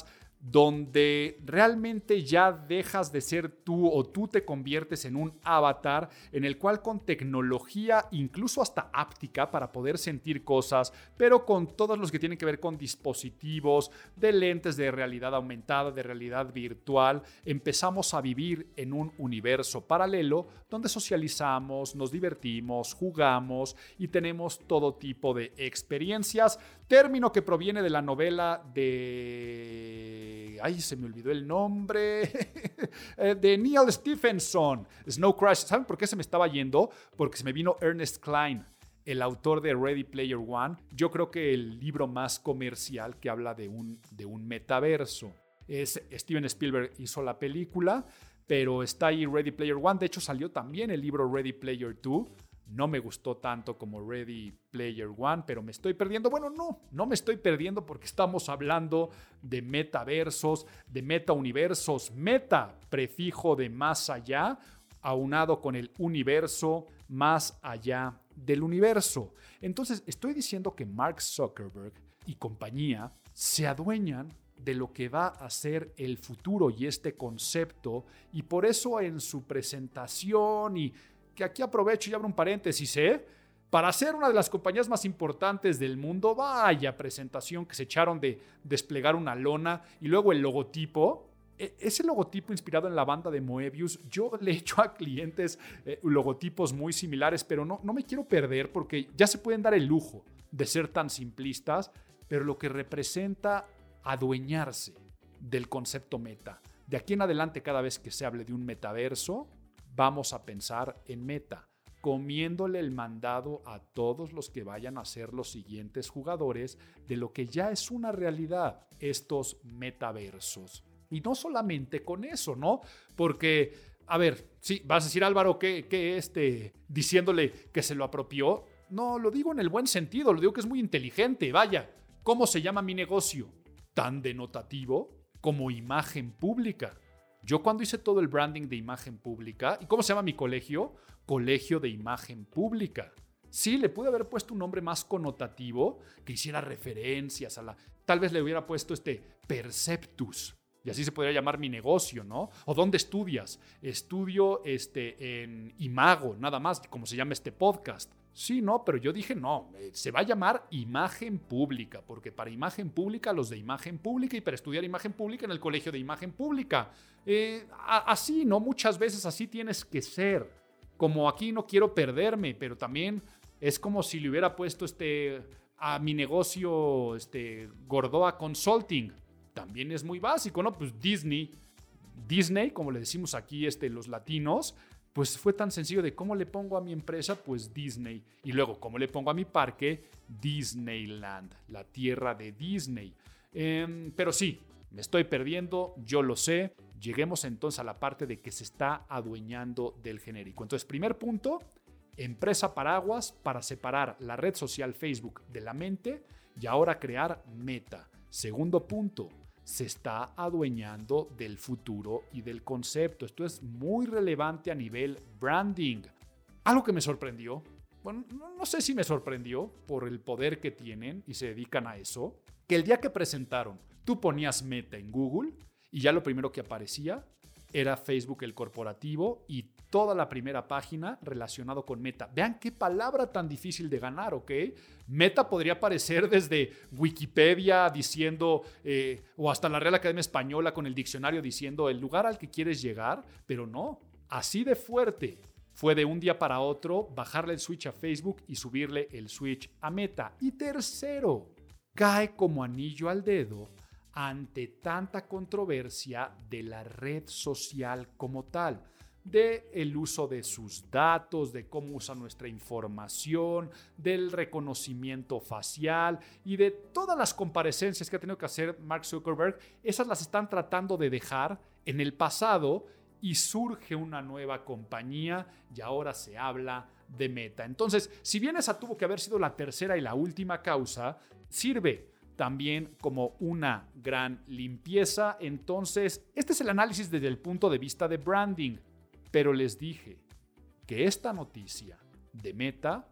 donde realmente ya dejas de ser tú o tú te conviertes en un avatar en el cual con tecnología, incluso hasta áptica para poder sentir cosas, pero con todos los que tienen que ver con dispositivos, de lentes de realidad aumentada, de realidad virtual, empezamos a vivir en un universo paralelo donde socializamos, nos divertimos, jugamos y tenemos todo tipo de experiencias. Término que proviene de la novela de... Ay, se me olvidó el nombre. de Neil Stephenson, Snow Crash. ¿Saben por qué se me estaba yendo? Porque se me vino Ernest Cline, el autor de Ready Player One. Yo creo que el libro más comercial que habla de un, de un metaverso. Es, Steven Spielberg hizo la película, pero está ahí Ready Player One. De hecho, salió también el libro Ready Player Two. No me gustó tanto como Ready Player One, pero me estoy perdiendo. Bueno, no, no me estoy perdiendo porque estamos hablando de metaversos, de metauniversos. Meta, prefijo de más allá, aunado con el universo, más allá del universo. Entonces, estoy diciendo que Mark Zuckerberg y compañía se adueñan de lo que va a ser el futuro y este concepto, y por eso en su presentación, y que aquí aprovecho y abro un paréntesis, ¿eh? Para ser una de las compañías más importantes del mundo, vaya presentación que se echaron de desplegar una lona y luego el logotipo. Ese logotipo inspirado en la banda de Moebius, yo le he hecho a clientes eh, logotipos muy similares, pero no, no me quiero perder porque ya se pueden dar el lujo de ser tan simplistas, pero lo que representa adueñarse del concepto meta. De aquí en adelante, cada vez que se hable de un metaverso, vamos a pensar en Meta, comiéndole el mandado a todos los que vayan a ser los siguientes jugadores de lo que ya es una realidad, estos metaversos. Y no solamente con eso, ¿no? Porque, a ver, sí, vas a decir, Álvaro, que, que este, diciéndole que se lo apropió. No, lo digo en el buen sentido, lo digo que es muy inteligente, vaya. ¿Cómo se llama mi negocio? tan denotativo como imagen pública. Yo cuando hice todo el branding de imagen pública, ¿y cómo se llama mi colegio? Colegio de Imagen Pública. Sí, le pude haber puesto un nombre más connotativo que hiciera referencias a la... Tal vez le hubiera puesto este Perceptus. Y así se podría llamar mi negocio, ¿no? ¿O dónde estudias? Estudio este, en Imago, nada más, como se llama este podcast. Sí, no, pero yo dije no, eh, se va a llamar Imagen Pública, porque para Imagen Pública, los de Imagen Pública, y para estudiar Imagen Pública en el Colegio de Imagen Pública. Eh, a, así, ¿no? Muchas veces así tienes que ser. Como aquí no quiero perderme, pero también es como si le hubiera puesto este, a mi negocio este, Gordoa Consulting. También es muy básico, ¿no? Pues Disney, Disney, como le decimos aquí este, los latinos, pues fue tan sencillo de cómo le pongo a mi empresa, pues Disney. Y luego, ¿cómo le pongo a mi parque? Disneyland, la tierra de Disney. Eh, pero sí, me estoy perdiendo, yo lo sé. Lleguemos entonces a la parte de que se está adueñando del genérico. Entonces, primer punto, empresa paraguas para separar la red social Facebook de la mente y ahora crear Meta. Segundo punto, se está adueñando del futuro y del concepto. Esto es muy relevante a nivel branding. Algo que me sorprendió, bueno, no, no sé si me sorprendió por el poder que tienen y se dedican a eso, que el día que presentaron, tú ponías Meta en Google y ya lo primero que aparecía era Facebook el corporativo y toda la primera página relacionado con Meta. Vean qué palabra tan difícil de ganar, ¿ok? Meta podría aparecer desde Wikipedia diciendo, eh, o hasta la Real Academia Española con el diccionario diciendo el lugar al que quieres llegar, pero no, así de fuerte. Fue de un día para otro bajarle el switch a Facebook y subirle el switch a Meta. Y tercero, cae como anillo al dedo ante tanta controversia de la red social como tal, de el uso de sus datos, de cómo usa nuestra información, del reconocimiento facial y de todas las comparecencias que ha tenido que hacer Mark Zuckerberg. Esas las están tratando de dejar en el pasado y surge una nueva compañía y ahora se habla de Meta. Entonces, si bien esa tuvo que haber sido la tercera y la última causa, sirve también como una gran limpieza. Entonces, este es el análisis desde el punto de vista de branding. Pero les dije que esta noticia de Meta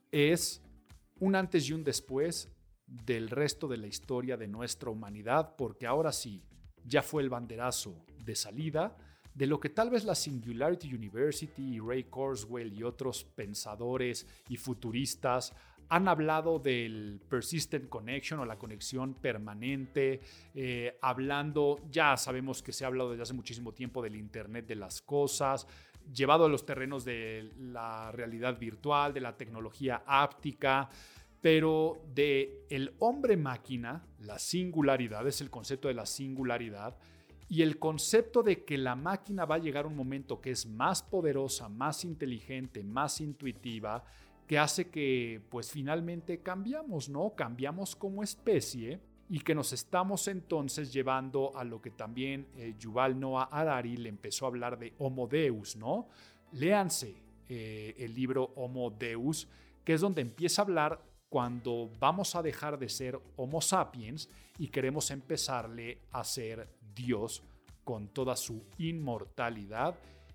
es un antes y un después del resto de la historia de nuestra humanidad, porque ahora sí, ya fue el banderazo de salida de lo que tal vez la Singularity University y Ray Kurzweil y otros pensadores y futuristas han hablado del persistent connection o la conexión permanente, eh, hablando, ya sabemos que se ha hablado desde hace muchísimo tiempo del Internet de las cosas, llevado a los terrenos de la realidad virtual, de la tecnología áptica, pero de el hombre-máquina, la singularidad, es el concepto de la singularidad, y el concepto de que la máquina va a llegar a un momento que es más poderosa, más inteligente, más intuitiva, que hace que pues finalmente cambiamos, ¿no? Cambiamos como especie y que nos estamos entonces llevando a lo que también eh, Yuval Noah Harari le empezó a hablar de Homo Deus, ¿no? Léanse eh, el libro Homo Deus, que es donde empieza a hablar cuando vamos a dejar de ser Homo sapiens y queremos empezarle a ser Dios con toda su inmortalidad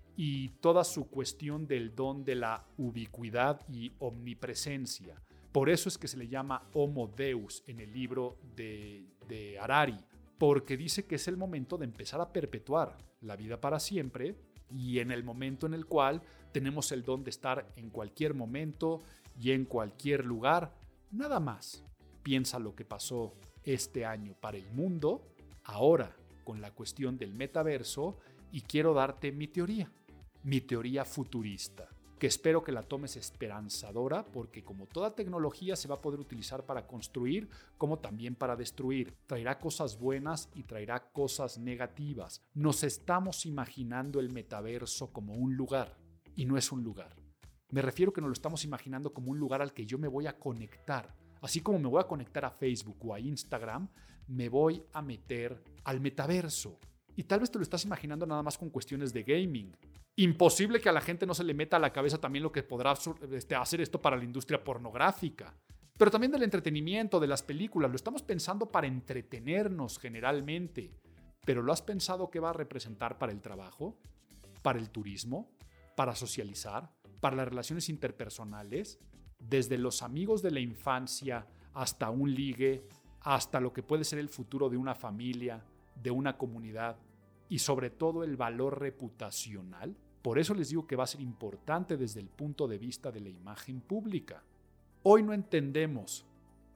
y toda su cuestión del don de la ubicuidad y omnipresencia. Por eso es que se le llama Homo Deus en el libro de, de Harari, porque dice que es el momento de empezar a perpetuar la vida para siempre y en el momento en el cual tenemos el don de estar en cualquier momento y en cualquier lugar. Nada más piensa lo que pasó este año para el mundo, ahora con la cuestión del metaverso, y quiero darte mi teoría. Mi teoría futurista, que espero que la tomes esperanzadora, porque como toda tecnología se va a poder utilizar para construir como también para destruir. Traerá cosas buenas y traerá cosas negativas. Nos estamos imaginando el metaverso como un lugar y no es un lugar. Me refiero que nos lo estamos imaginando como un lugar al que yo me voy a conectar. Así como me voy a conectar a Facebook o a Instagram, me voy a meter al metaverso. Y tal vez te lo estás imaginando nada más con cuestiones de gaming. Imposible que a la gente no se le meta a la cabeza también lo que podrá este, hacer esto para la industria pornográfica. pero también del entretenimiento, de las películas. Lo estamos pensando para entretenernos generalmente, pero ¿lo has pensado qué va a representar para el trabajo, para el turismo, para socializar, para las relaciones interpersonales? Desde los amigos de la infancia hasta un ligue, hasta lo que puede ser el futuro de una familia, de una comunidad y sobre todo el valor reputacional. Por eso les digo que va a ser importante desde el punto de vista de la imagen pública. Hoy no entendemos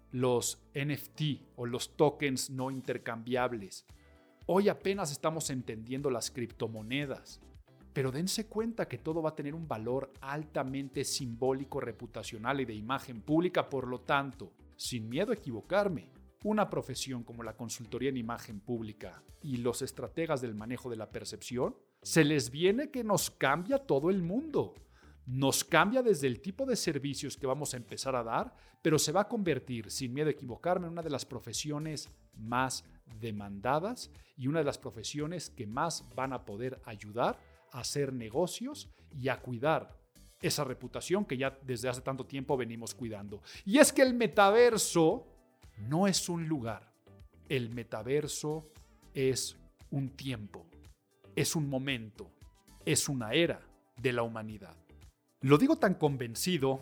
los N F T o los tokens no intercambiables. Hoy apenas estamos entendiendo las criptomonedas. Pero dense cuenta que todo va a tener un valor altamente simbólico, reputacional y de imagen pública. Por lo tanto, sin miedo a equivocarme, una profesión como la consultoría en imagen pública y los estrategas del manejo de la percepción, se les viene que nos cambia todo el mundo. Nos cambia desde el tipo de servicios que vamos a empezar a dar, pero se va a convertir, sin miedo a equivocarme, en una de las profesiones más demandadas y una de las profesiones que más van a poder ayudar a hacer negocios y a cuidar esa reputación que ya desde hace tanto tiempo venimos cuidando. Y es que el metaverso no es un lugar. El metaverso es un tiempo, es un momento, es una era de la humanidad. Lo digo tan convencido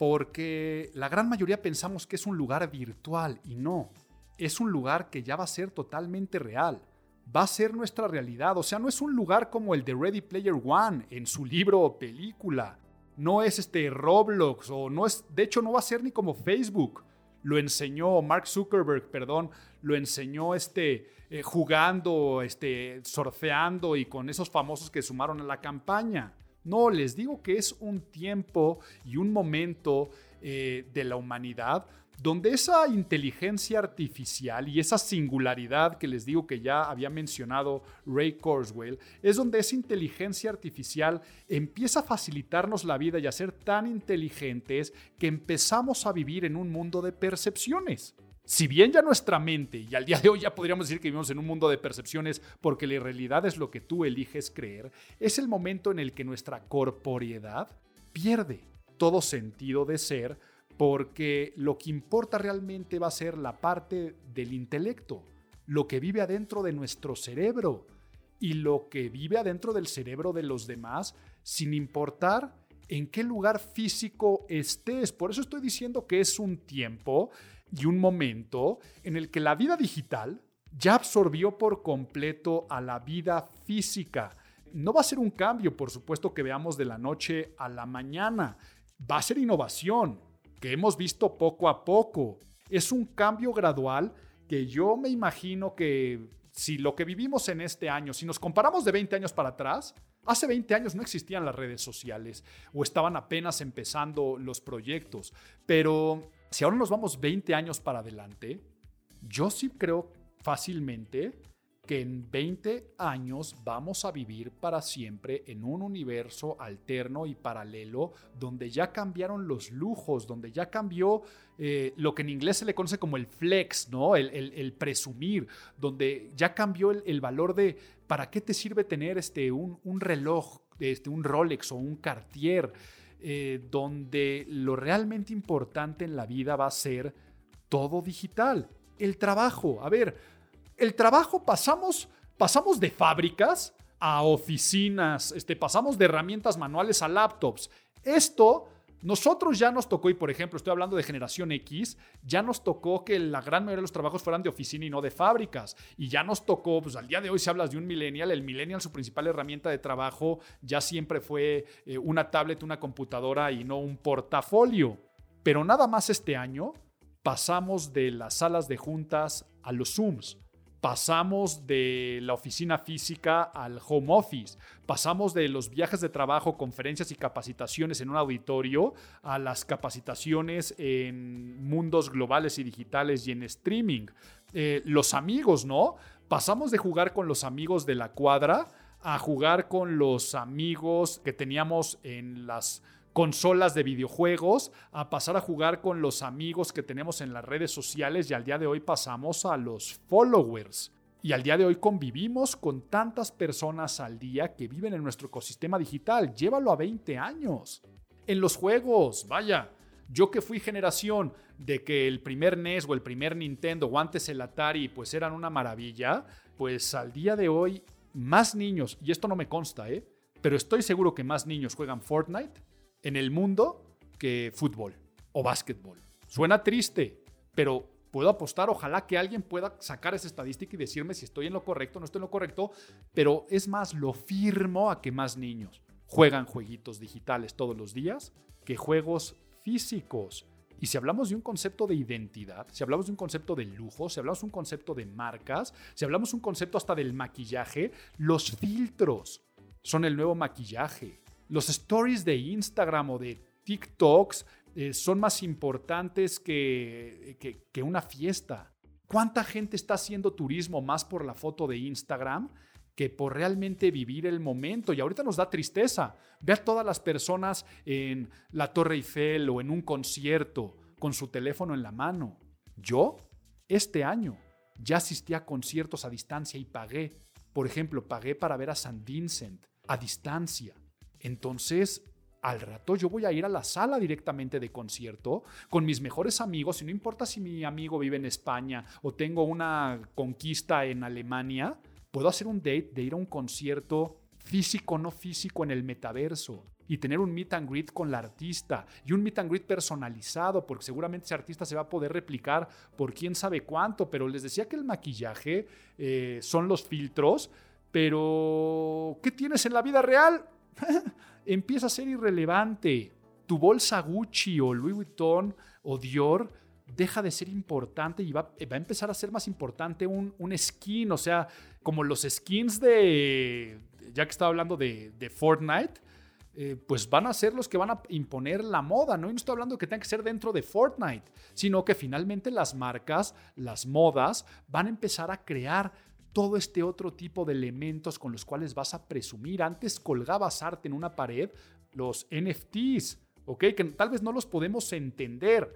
porque la gran mayoría pensamos que es un lugar virtual y no. Es un lugar que ya va a ser totalmente real. Va a ser nuestra realidad. O sea, no es un lugar como el de Ready Player One en su libro o película. No es este Roblox o no es, de hecho no va a ser ni como Facebook. Lo enseñó Mark Zuckerberg, perdón, lo enseñó este, eh, jugando, este, surfeando y con esos famosos que sumaron a la campaña. No, les digo que es un tiempo y un momento eh, de la humanidad donde esa inteligencia artificial y esa singularidad que les digo que ya había mencionado Ray Kurzweil, es donde esa inteligencia artificial empieza a facilitarnos la vida y a ser tan inteligentes que empezamos a vivir en un mundo de percepciones. Si bien ya nuestra mente, y al día de hoy ya podríamos decir que vivimos en un mundo de percepciones porque la realidad es lo que tú eliges creer, es el momento en el que nuestra corporeidad pierde todo sentido de ser, porque lo que importa realmente va a ser la parte del intelecto, lo que vive adentro de nuestro cerebro y lo que vive adentro del cerebro de los demás, sin importar en qué lugar físico estés. Por eso estoy diciendo que es un tiempo y un momento en el que la vida digital ya absorbió por completo a la vida física. No va a ser un cambio, por supuesto, que veamos de la noche a la mañana. Va a ser innovación que hemos visto poco a poco. Es un cambio gradual que yo me imagino que si lo que vivimos en este año, si nos comparamos de veinte años para atrás, hace veinte años no existían las redes sociales o estaban apenas empezando los proyectos. Pero si ahora nos vamos veinte años para adelante, yo sí creo fácilmente que en veinte años vamos a vivir para siempre en un universo alterno y paralelo donde ya cambiaron los lujos, donde ya cambió eh, lo que en inglés se le conoce como el flex, ¿no? el, el, el presumir, donde ya cambió el, el valor de ¿para qué te sirve tener este, un, un reloj, este, un Rolex o un Cartier? Eh, donde lo realmente importante en la vida va a ser todo digital. El trabajo, a ver, el trabajo pasamos, pasamos de fábricas a oficinas, este, pasamos de herramientas manuales a laptops. Esto, nosotros ya nos tocó, y por ejemplo, estoy hablando de generación X, ya nos tocó que la gran mayoría de los trabajos fueran de oficina y no de fábricas. Y ya nos tocó, pues al día de hoy si hablas de un millennial, el millennial su principal herramienta de trabajo ya siempre fue eh, una tablet, una computadora y no un portafolio. Pero nada más este año pasamos de las salas de juntas a los Zooms. Pasamos de la oficina física al home office. Pasamos de los viajes de trabajo, conferencias y capacitaciones en un auditorio a las capacitaciones en mundos globales y digitales y en streaming. Eh, los amigos, ¿no? Pasamos de jugar con los amigos de la cuadra a jugar con los amigos que teníamos en las consolas de videojuegos, a pasar a jugar con los amigos que tenemos en las redes sociales y al día de hoy pasamos a los followers. Y al día de hoy convivimos con tantas personas al día que viven en nuestro ecosistema digital. Llévalo a veinte años. En los juegos, vaya, yo que fui generación de que el primer N E S o el primer Nintendo o antes el Atari pues eran una maravilla, pues al día de hoy más niños, y esto no me consta, ¿eh? pero estoy seguro que más niños juegan Fortnite en el mundo que fútbol o básquetbol. Suena triste, pero puedo apostar, ojalá que alguien pueda sacar esa estadística y decirme si estoy en lo correcto o no estoy en lo correcto, pero es más, lo firmo a que más niños juegan jueguitos digitales todos los días que juegos físicos. Y si hablamos de un concepto de identidad, si hablamos de un concepto de lujo, si hablamos de un concepto de marcas, si hablamos de un concepto hasta del maquillaje, los filtros son el nuevo maquillaje. Los stories de Instagram o de TikToks eh, son más importantes que, que, que una fiesta. ¿Cuánta gente está haciendo turismo más por la foto de Instagram que por realmente vivir el momento? Y ahorita nos da tristeza. Ve a todas las personas en la Torre Eiffel o en un concierto con su teléfono en la mano. Yo, este año, ya asistí a conciertos a distancia y pagué. Por ejemplo, pagué para ver a San Vincent a distancia. Entonces, al rato yo voy a ir a la sala directamente de concierto con mis mejores amigos, y no importa si mi amigo vive en España o tengo una conquista en Alemania, puedo hacer un date de ir a un concierto físico, no físico, en el metaverso y tener un meet and greet con la artista y un meet and greet personalizado, porque seguramente ese artista se va a poder replicar por quién sabe cuánto. Pero les decía que el maquillaje eh, son los filtros, pero ¿qué tienes en la vida real? Empieza a ser irrelevante. Tu bolsa Gucci o Louis Vuitton o Dior deja de ser importante y va, va a empezar a ser más importante un, un skin. O sea, como los skins de, ya que estaba hablando de, de Fortnite, eh, pues van a ser los que van a imponer la moda, ¿no? Y no estoy hablando de que tenga que ser dentro de Fortnite, sino que finalmente las marcas, las modas, van a empezar a crear todo este otro tipo de elementos con los cuales vas a presumir. Antes colgabas arte en una pared, los N F Ts, ¿ok? Que tal vez no los podemos entender.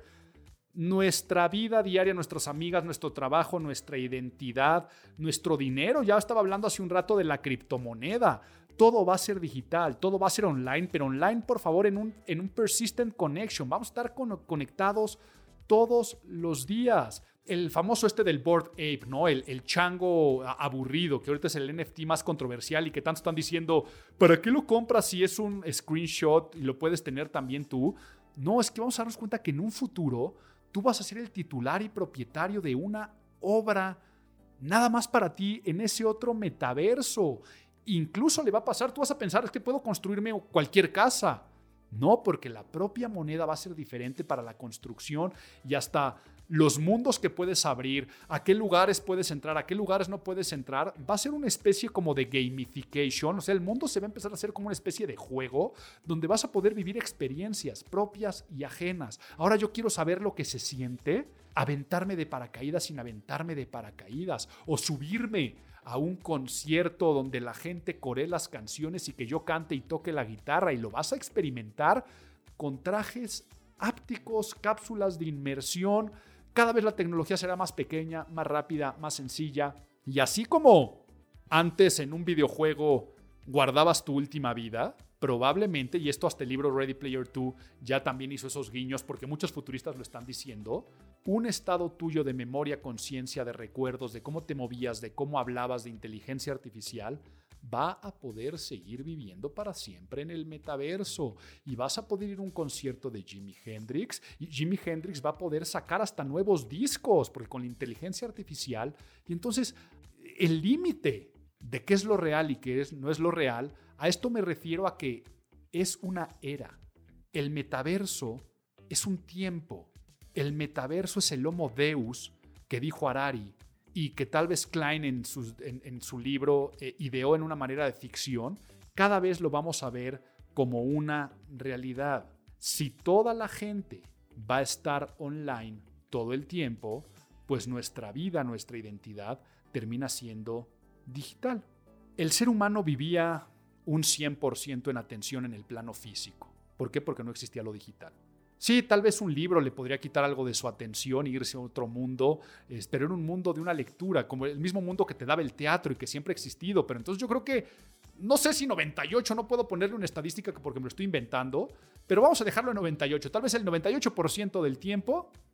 Nuestra vida diaria, nuestras amigas, nuestro trabajo, nuestra identidad, nuestro dinero. Ya estaba hablando hace un rato de la criptomoneda. Todo va a ser digital, todo va a ser online, pero online, por favor, en un, en un persistent connection. Vamos a estar con, conectados todos los días. El famoso este del Bored Ape, ¿no? El, el chango aburrido, que ahorita es el N F T más controversial y que tanto están diciendo, ¿para qué lo compras si es un screenshot y lo puedes tener también tú? No, es que vamos a darnos cuenta que en un futuro tú vas a ser el titular y propietario de una obra nada más para ti en ese otro metaverso. Incluso le va a pasar, tú vas a pensar, es que puedo construirme cualquier casa. No, porque la propia moneda va a ser diferente para la construcción y hasta los mundos que puedes abrir, a qué lugares puedes entrar, a qué lugares no puedes entrar, va a ser una especie como de gamification. O sea, el mundo se va a empezar a hacer como una especie de juego donde vas a poder vivir experiencias propias y ajenas. Ahora yo quiero saber lo que se siente aventarme de paracaídas sin aventarme de paracaídas, o subirme a un concierto donde la gente coree las canciones y que yo cante y toque la guitarra, y lo vas a experimentar con trajes ápticos, cápsulas de inmersión. Cada vez la tecnología será más pequeña, más rápida, más sencilla. Y así como antes en un videojuego guardabas tu última vida, probablemente, y esto hasta el libro Ready Player dos ya también hizo esos guiños, porque muchos futuristas lo están diciendo, un estado tuyo de memoria, conciencia, de recuerdos, de cómo te movías, de cómo hablabas, de inteligencia artificial, va a poder seguir viviendo para siempre en el metaverso. Y vas a poder ir a un concierto de Jimi Hendrix, y Jimi Hendrix va a poder sacar hasta nuevos discos, porque con la inteligencia artificial, y entonces el límite de qué es lo real y qué es, no es lo real, a esto me refiero a que es una era. El metaverso es un tiempo. El metaverso es el Homo Deus que dijo Harari y que tal vez Klein en su, en, en su libro eh, ideó en una manera de ficción. Cada vez lo vamos a ver como una realidad. Si toda la gente va a estar online todo el tiempo, pues nuestra vida, nuestra identidad termina siendo digital. El ser humano vivía un cien por ciento en atención en el plano físico. ¿Por qué? Porque no existía lo digital. Sí, tal vez un libro le podría quitar algo de su atención e irse a otro mundo, pero era un mundo de una lectura, como el mismo mundo que te daba el teatro y que siempre ha existido. Pero entonces yo creo que, no sé si noventa y ocho, no puedo ponerle una estadística porque me lo estoy inventando, pero vamos a dejarlo en noventa y ocho. Tal vez el noventa y ocho por ciento del tiempo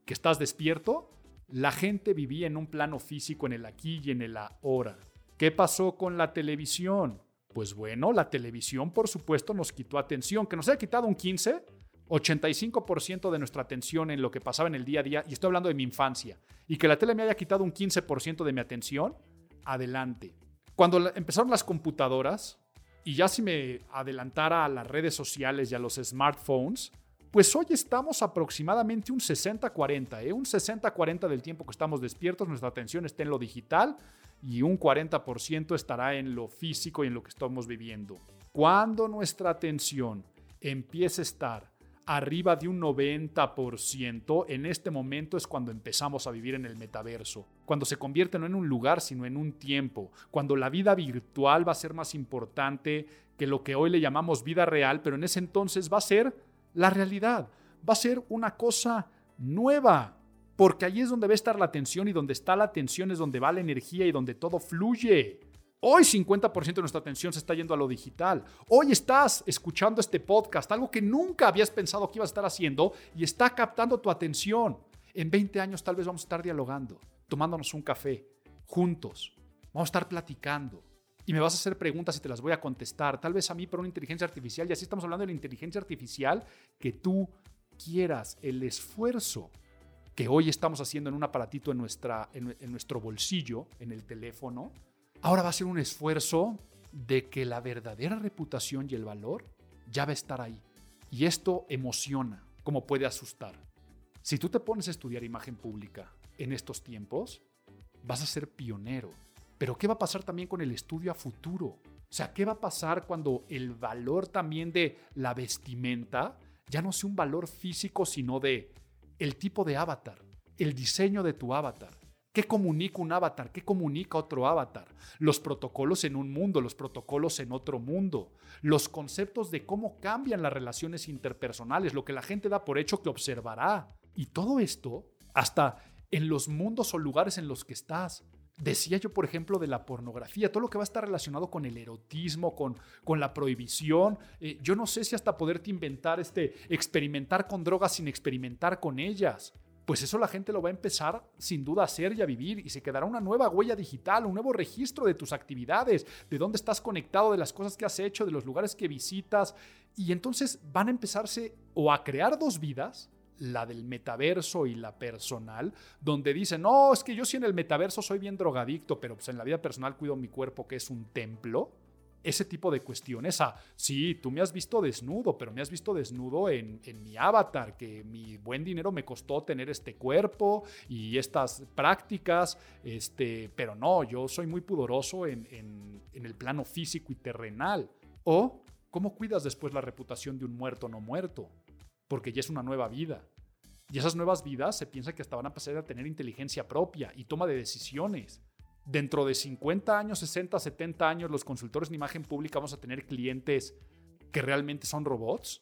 que estás despierto, la gente vivía en un plano físico, en el aquí y en el ahora. ¿Qué pasó con la televisión? Pues bueno, la televisión, por supuesto, nos quitó atención. Que nos haya quitado un quince, ochenta y cinco por ciento de nuestra atención en lo que pasaba en el día a día, y estoy hablando de mi infancia, y que la tele me haya quitado un quince por ciento de mi atención, adelante. Cuando la, empezaron las computadoras, y ya si me adelantara a las redes sociales y a los smartphones, pues hoy estamos aproximadamente un sesenta cuarenta, ¿eh? Un sesenta cuarenta del tiempo que estamos despiertos, nuestra atención está en lo digital y un cuarenta por ciento estará en lo físico y en lo que estamos viviendo. Cuando nuestra atención empiece a estar arriba de un noventa por ciento, en este momento es cuando empezamos a vivir en el metaverso, cuando se convierte no en un lugar, sino en un tiempo, cuando la vida virtual va a ser más importante que lo que hoy le llamamos vida real, pero en ese entonces va a ser la realidad, va a ser una cosa nueva, porque ahí es donde va a estar la atención, y donde está la atención es donde va la energía y donde todo fluye. Hoy cincuenta por ciento de nuestra atención se está yendo a lo digital. Hoy estás escuchando este podcast, algo que nunca habías pensado que ibas a estar haciendo, y está captando tu atención. En veinte años tal vez vamos a estar dialogando, tomándonos un café, juntos. Vamos a estar platicando. Y me vas a hacer preguntas y te las voy a contestar. Tal vez a mí por una inteligencia artificial. Y así estamos hablando de la inteligencia artificial que tú quieras. El esfuerzo que hoy estamos haciendo en un aparatito en, nuestra, en, en nuestro bolsillo, en el teléfono, ahora va a ser un esfuerzo de que la verdadera reputación y el valor ya va a estar ahí. Y esto emociona, como puede asustar. Si tú te pones a estudiar imagen pública en estos tiempos, vas a ser pionero. Pero ¿qué va a pasar también con el estudio a futuro? O sea, ¿qué va a pasar cuando el valor también de la vestimenta ya no sea un valor físico, sino de el tipo de avatar, el diseño de tu avatar? ¿Qué comunica un avatar? ¿Qué comunica otro avatar? Los protocolos en un mundo, los protocolos en otro mundo. Los conceptos de cómo cambian las relaciones interpersonales, lo que la gente da por hecho que observará. Y todo esto, hasta en los mundos o lugares en los que estás. Decía yo, por ejemplo, de la pornografía, todo lo que va a estar relacionado con el erotismo, con, con la prohibición. Eh, yo no sé si hasta poderte inventar, este, experimentar con drogas sin experimentar con ellas. Pues eso la gente lo va a empezar sin duda a hacer y a vivir, y se quedará una nueva huella digital, un nuevo registro de tus actividades, de dónde estás conectado, de las cosas que has hecho, de los lugares que visitas. Y entonces van a empezarse o a crear dos vidas, la del metaverso y la personal, donde dicen, no, es que yo sí en el metaverso soy bien drogadicto, pero pues en la vida personal cuido mi cuerpo, que es un templo. Ese tipo de cuestiones. Ah, sí, tú me has visto desnudo, pero me has visto desnudo en, en mi avatar, que mi buen dinero me costó tener este cuerpo y estas prácticas, este, pero no, yo soy muy pudoroso en, en, en el plano físico y terrenal. O, ¿cómo cuidas después la reputación de un muerto no muerto? Porque ya es una nueva vida. Y esas nuevas vidas se piensa que hasta van a pasar a tener inteligencia propia y toma de decisiones. Dentro de cincuenta años, sesenta, setenta años, los consultores en imagen pública vamos a tener clientes que realmente son robots.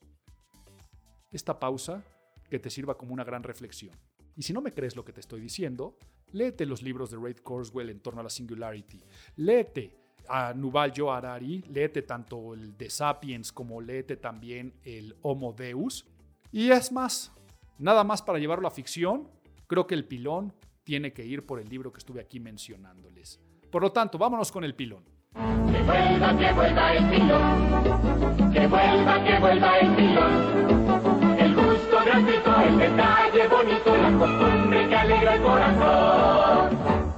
Esta pausa que te sirva como una gran reflexión. Y si no me crees lo que te estoy diciendo, léete los libros de Ray Kurzweil en torno a la Singularity. Léete a Yuval Noah Harari, léete tanto el de Sapiens como léete también el Homo Deus. Y es más, nada más para llevarlo a ficción, creo que el pilón tiene que ir por el libro que estuve aquí mencionándoles. Por lo tanto, vámonos con el pilón. Que vuelva, que vuelva el pilón. Que vuelva, que vuelva el pilón. El gusto gratuito, el detalle bonito, la costumbre que alegra el corazón.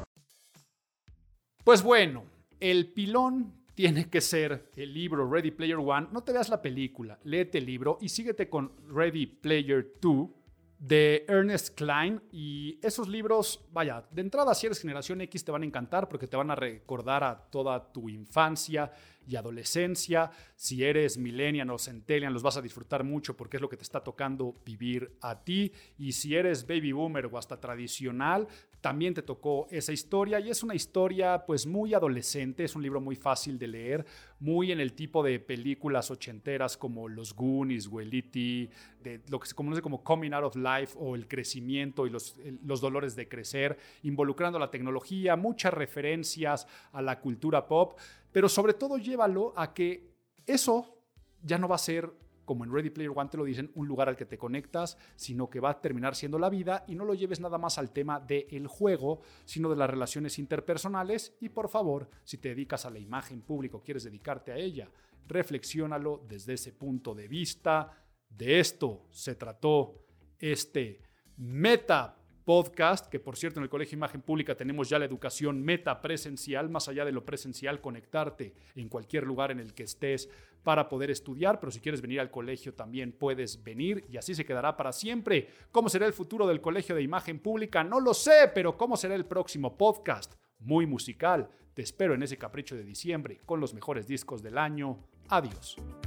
Pues bueno, el pilón tiene que ser el libro Ready Player One. No te veas la película, léete el libro y síguete con Ready Player Two de Ernest Cline. Y esos libros, vaya, de entrada si eres generación X te van a encantar porque te van a recordar a toda tu infancia y adolescencia. Si eres millennial o centennial los vas a disfrutar mucho porque es lo que te está tocando vivir a ti. Y si eres baby boomer o hasta tradicional, también te tocó esa historia, y es una historia pues muy adolescente, es un libro muy fácil de leer, muy en el tipo de películas ochenteras como Los Goonies o el E T, de lo que se conoce como Coming Out of Life o el crecimiento y los, los dolores de crecer, involucrando la tecnología, muchas referencias a la cultura pop, pero sobre todo llévalo a que eso ya no va a ser como en Ready Player One te lo dicen, un lugar al que te conectas, sino que va a terminar siendo la vida, y no lo lleves nada más al tema del juego, sino de las relaciones interpersonales. Y por favor, si te dedicas a la imagen pública o quieres dedicarte a ella, reflexiónalo desde ese punto de vista. De esto se trató este Meta Podcast, que por cierto en el Colegio Imagen Pública tenemos ya la educación meta presencial, más allá de lo presencial, conectarte en cualquier lugar en el que estés para poder estudiar, pero si quieres venir al colegio también puedes venir y así se quedará para siempre. ¿Cómo será el futuro del Colegio de Imagen Pública? No lo sé, pero ¿cómo será el próximo podcast? Muy musical. Te espero en ese capricho de diciembre con los mejores discos del año. Adiós.